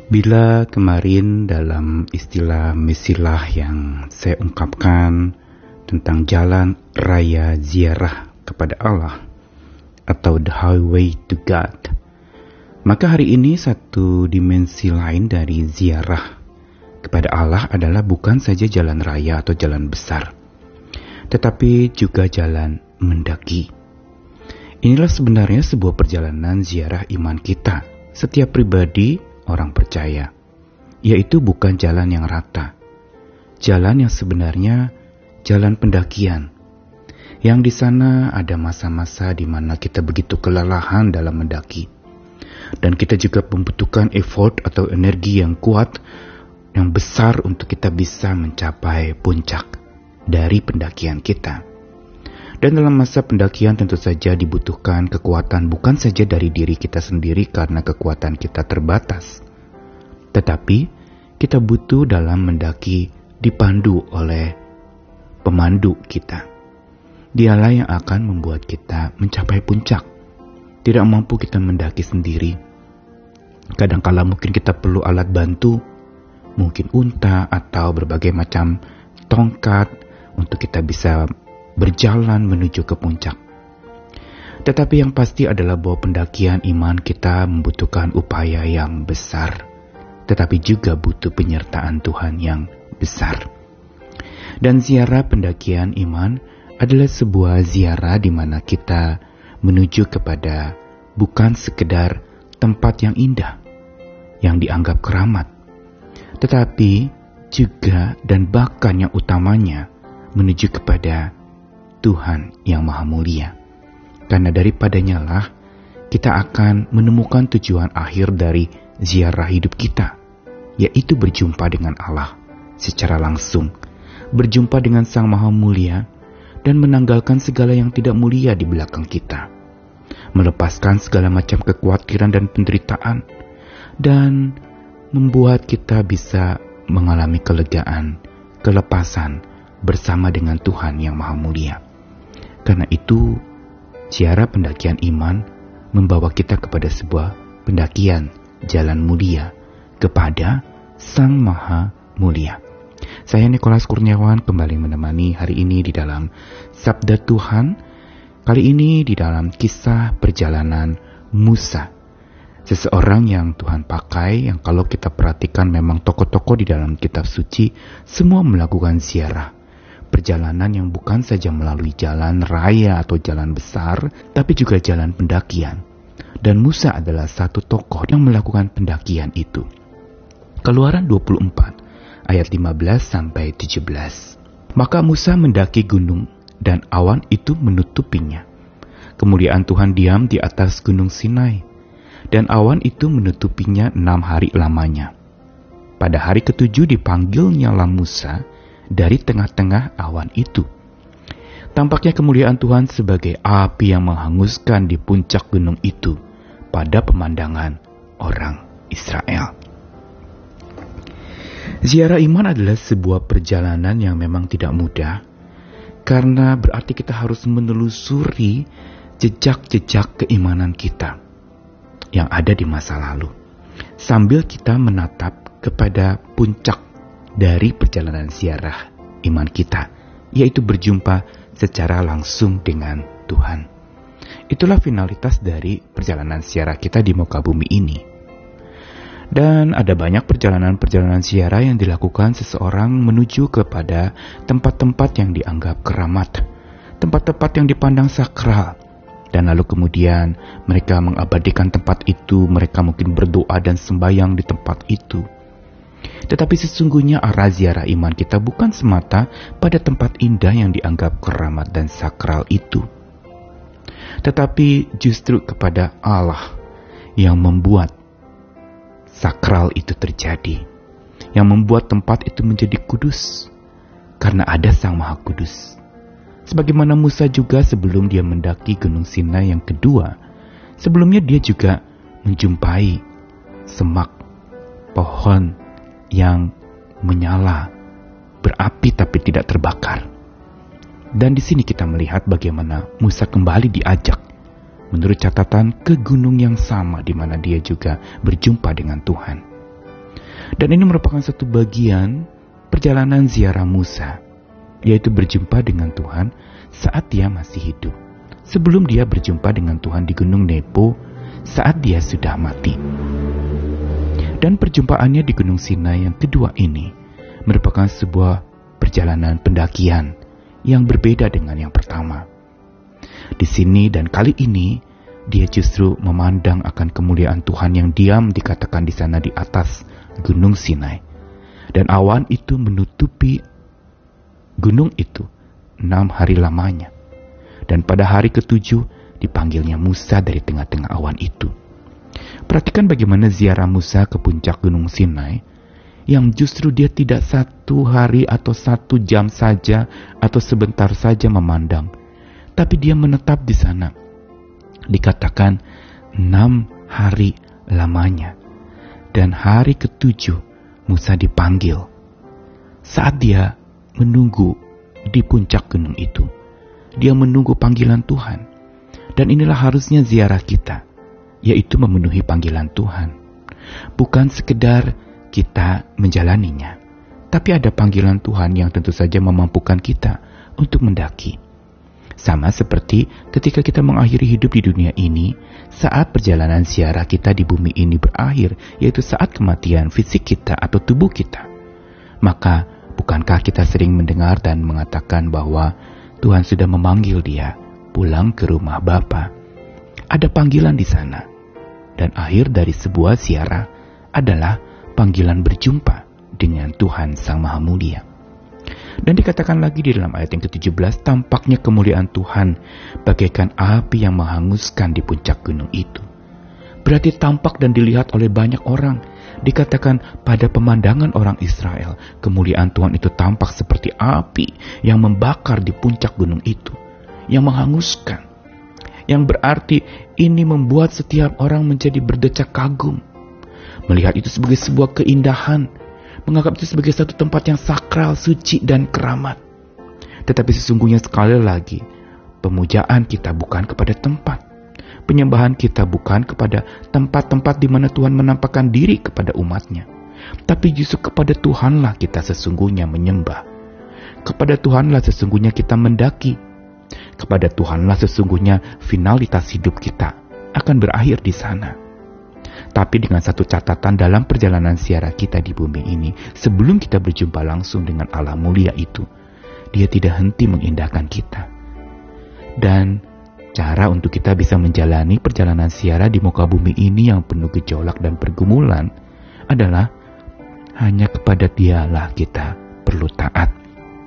Bila kemarin dalam istilah misilah yang saya ungkapkan tentang jalan raya ziarah kepada Allah atau the highway to God, maka hari ini satu dimensi lain dari ziarah kepada Allah adalah bukan saja jalan raya atau jalan besar, tetapi juga jalan mendaki. Inilah sebenarnya sebuah perjalanan ziarah iman kita, setiap pribadi orang percaya, yaitu bukan jalan yang rata. Jalan yang sebenarnya jalan pendakian, yang di sana ada masa-masa di mana kita begitu kelelahan dalam mendaki, dan kita juga membutuhkan effort atau energi yang kuat, yang besar untuk kita bisa mencapai puncak dari pendakian kita. Dan dalam masa pendakian tentu saja dibutuhkan kekuatan bukan saja dari diri kita sendiri karena kekuatan kita terbatas, tetapi kita butuh dalam mendaki dipandu oleh pemandu kita. Dialah yang akan membuat kita mencapai puncak. Tidak mampu kita mendaki sendiri. Kadangkala mungkin kita perlu alat bantu, mungkin unta atau berbagai macam tongkat untuk kita bisa berjalan menuju ke puncak. Tetapi yang pasti adalah bahwa pendakian iman kita membutuhkan upaya yang besar, tetapi juga butuh penyertaan Tuhan yang besar. Dan ziarah pendakian iman adalah sebuah ziarah di mana kita menuju kepada bukan sekedar tempat yang indah, yang dianggap keramat, tetapi juga dan bahkan yang utamanya menuju kepada Tuhan yang Maha Mulia. Karena daripadanya lah kita akan menemukan tujuan akhir dari ziarah hidup kita, yaitu berjumpa dengan Allah secara langsung, berjumpa dengan Sang Maha Mulia, dan menanggalkan segala yang tidak mulia di belakang kita, melepaskan segala macam kekhawatiran dan penderitaan, dan membuat kita bisa mengalami kelegaan, kelepasan bersama dengan Tuhan yang Maha Mulia. Karena itu, ziarah pendakian iman membawa kita kepada sebuah pendakian jalan mulia kepada Sang Maha Mulia. Saya Nikolas Kurniawan kembali menemani hari ini di dalam Sabda Tuhan. Kali ini di dalam kisah perjalanan Musa. Seseorang yang Tuhan pakai, yang kalau kita perhatikan memang tokoh-tokoh di dalam kitab suci semua melakukan ziarah. Perjalanan yang bukan saja melalui jalan raya atau jalan besar, tapi juga jalan pendakian. Dan Musa adalah satu tokoh yang melakukan pendakian itu. Keluaran 24 ayat 15-17. Maka Musa mendaki gunung dan awan itu menutupinya. Kemuliaan Tuhan diam di atas gunung Sinai, dan awan itu menutupinya 6 hari lamanya. Pada hari ketujuh dipanggilnya Musa dari tengah-tengah awan itu. Tampaknya kemuliaan Tuhan sebagai api yang menghanguskan di puncak gunung itu pada pemandangan orang Israel. Ziarah iman adalah sebuah perjalanan yang memang tidak mudah, karena berarti kita harus menelusuri jejak-jejak keimanan kita yang ada di masa lalu, sambil kita menatap kepada puncak dari perjalanan ziarah iman kita, yaitu berjumpa secara langsung dengan Tuhan. Itulah finalitas dari perjalanan ziarah kita di muka bumi ini. Dan ada banyak perjalanan-perjalanan ziarah yang dilakukan seseorang menuju kepada tempat-tempat yang dianggap keramat, tempat-tempat yang dipandang sakral, dan lalu kemudian mereka mengabadikan tempat itu, mereka mungkin berdoa dan sembahyang di tempat itu. Tetapi sesungguhnya arah ziarah iman kita bukan semata pada tempat indah yang dianggap keramat dan sakral itu, tetapi justru kepada Allah yang membuat sakral itu terjadi, yang membuat tempat itu menjadi kudus, karena ada Sang Maha Kudus. Sebagaimana Musa juga sebelum dia mendaki Gunung Sinai yang kedua, sebelumnya dia juga menjumpai semak pohon yang menyala, berapi tapi tidak terbakar. Dan di sini kita melihat bagaimana Musa kembali diajak, menurut catatan, ke gunung yang sama di mana dia juga berjumpa dengan Tuhan. Dan ini merupakan satu bagian perjalanan ziarah Musa, yaitu berjumpa dengan Tuhan saat dia masih hidup, sebelum dia berjumpa dengan Tuhan di Gunung Nebo saat dia sudah mati. Dan perjumpaannya di Gunung Sinai yang kedua ini merupakan sebuah perjalanan pendakian yang berbeda dengan yang pertama. Di sini dan kali ini dia justru memandang akan kemuliaan Tuhan yang diam dikatakan di sana di atas Gunung Sinai. Dan awan itu menutupi gunung itu 6 hari lamanya. Dan pada hari ke-7 dipanggilnya Musa dari tengah-tengah awan itu. Perhatikan bagaimana ziarah Musa ke puncak Gunung Sinai, yang justru dia tidak 1 hari atau 1 jam saja atau sebentar saja memandang, tapi dia menetap di sana. Dikatakan 6 hari lamanya. Dan hari ke-7 Musa dipanggil. Saat dia menunggu di puncak gunung itu, dia menunggu panggilan Tuhan. Dan inilah harusnya ziarah kita, yaitu memenuhi panggilan Tuhan. Bukan sekedar kita menjalaninya, tapi ada panggilan Tuhan yang tentu saja memampukan kita untuk mendaki. Sama seperti ketika kita mengakhiri hidup di dunia ini, saat perjalanan ziarah kita di bumi ini berakhir, yaitu saat kematian fisik kita atau tubuh kita. Maka, bukankah kita sering mendengar dan mengatakan bahwa Tuhan sudah memanggil dia pulang ke rumah Bapa? Ada panggilan di sana. Dan akhir dari sebuah ziarah adalah panggilan berjumpa dengan Tuhan Sang Maha Mulia. Dan dikatakan lagi di dalam ayat yang ke-17, tampaknya kemuliaan Tuhan bagaikan api yang menghanguskan di puncak gunung itu. Berarti tampak dan dilihat oleh banyak orang. Dikatakan pada pemandangan orang Israel, kemuliaan Tuhan itu tampak seperti api yang membakar di puncak gunung itu, yang menghanguskan. Yang berarti ini membuat setiap orang menjadi berdecak kagum, melihat itu sebagai sebuah keindahan, menganggap itu sebagai satu tempat yang sakral, suci, dan keramat. Tetapi sesungguhnya sekali lagi, pemujaan kita bukan kepada tempat. Penyembahan kita bukan kepada tempat-tempat di mana Tuhan menampakkan diri kepada umatnya. Tapi justru kepada Tuhanlah kita sesungguhnya menyembah. Kepada Tuhanlah sesungguhnya kita mendaki. Kepada Tuhanlah sesungguhnya finalitas hidup kita akan berakhir di sana. Tapi dengan satu catatan dalam perjalanan ziarah kita di bumi ini, sebelum kita berjumpa langsung dengan Allah mulia itu, Dia tidak henti mengindahkan kita. Dan cara untuk kita bisa menjalani perjalanan ziarah di muka bumi ini yang penuh gejolak dan pergumulan adalah hanya kepada Dialah kita perlu taat.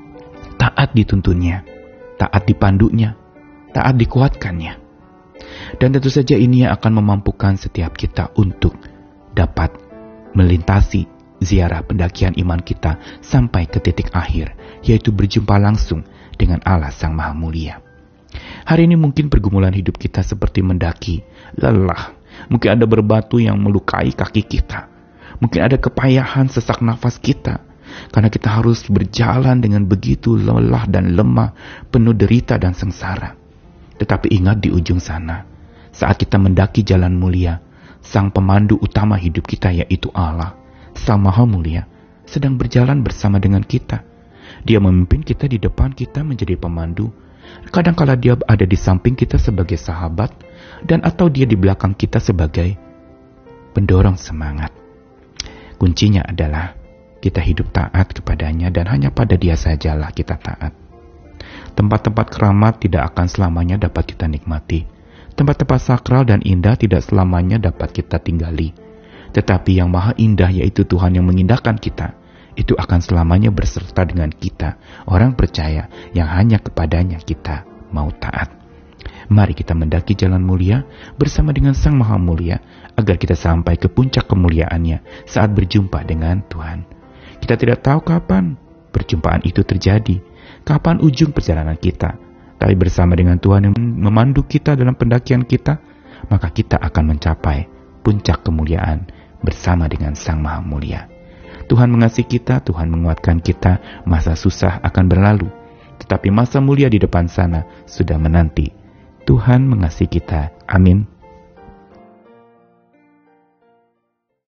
Taat dituntunnya, taat dipandunya, taat dikuatkannya. Dan tentu saja ini yang akan memampukan setiap kita untuk dapat melintasi ziarah pendakian iman kita sampai ke titik akhir, yaitu berjumpa langsung dengan Allah Sang Maha Mulia. Hari ini mungkin pergumulan hidup kita seperti mendaki, lelah. Mungkin ada berbatu yang melukai kaki kita. Mungkin ada kepayahan sesak nafas kita, karena kita harus berjalan dengan begitu lelah dan lemah, penuh derita dan sengsara. Tetapi ingat di ujung sana, saat kita mendaki jalan mulia, Sang pemandu utama hidup kita yaitu Allah, Sang Maha Mulia, sedang berjalan bersama dengan kita. Dia memimpin kita di depan kita menjadi pemandu. Kadangkala Dia ada di samping kita sebagai sahabat, dan atau Dia di belakang kita sebagai pendorong semangat. Kuncinya adalah kita hidup taat kepadanya dan hanya pada Dia sajalah kita taat. Tempat-tempat keramat tidak akan selamanya dapat kita nikmati. Tempat-tempat sakral dan indah tidak selamanya dapat kita tinggali. Tetapi yang maha indah yaitu Tuhan yang mengindahkan kita, itu akan selamanya berserta dengan kita, orang percaya yang hanya kepadanya kita mau taat. Mari kita mendaki jalan mulia bersama dengan Sang Maha Mulia, agar kita sampai ke puncak kemuliaannya saat berjumpa dengan Tuhan. Kita tidak tahu kapan perjumpaan itu terjadi, kapan ujung perjalanan kita. Tapi bersama dengan Tuhan yang memandu kita dalam pendakian kita, maka kita akan mencapai puncak kemuliaan bersama dengan Sang Maha Mulia. Tuhan mengasihi kita, Tuhan menguatkan kita. Masa susah akan berlalu, tetapi masa mulia di depan sana sudah menanti. Tuhan mengasihi kita. Amin.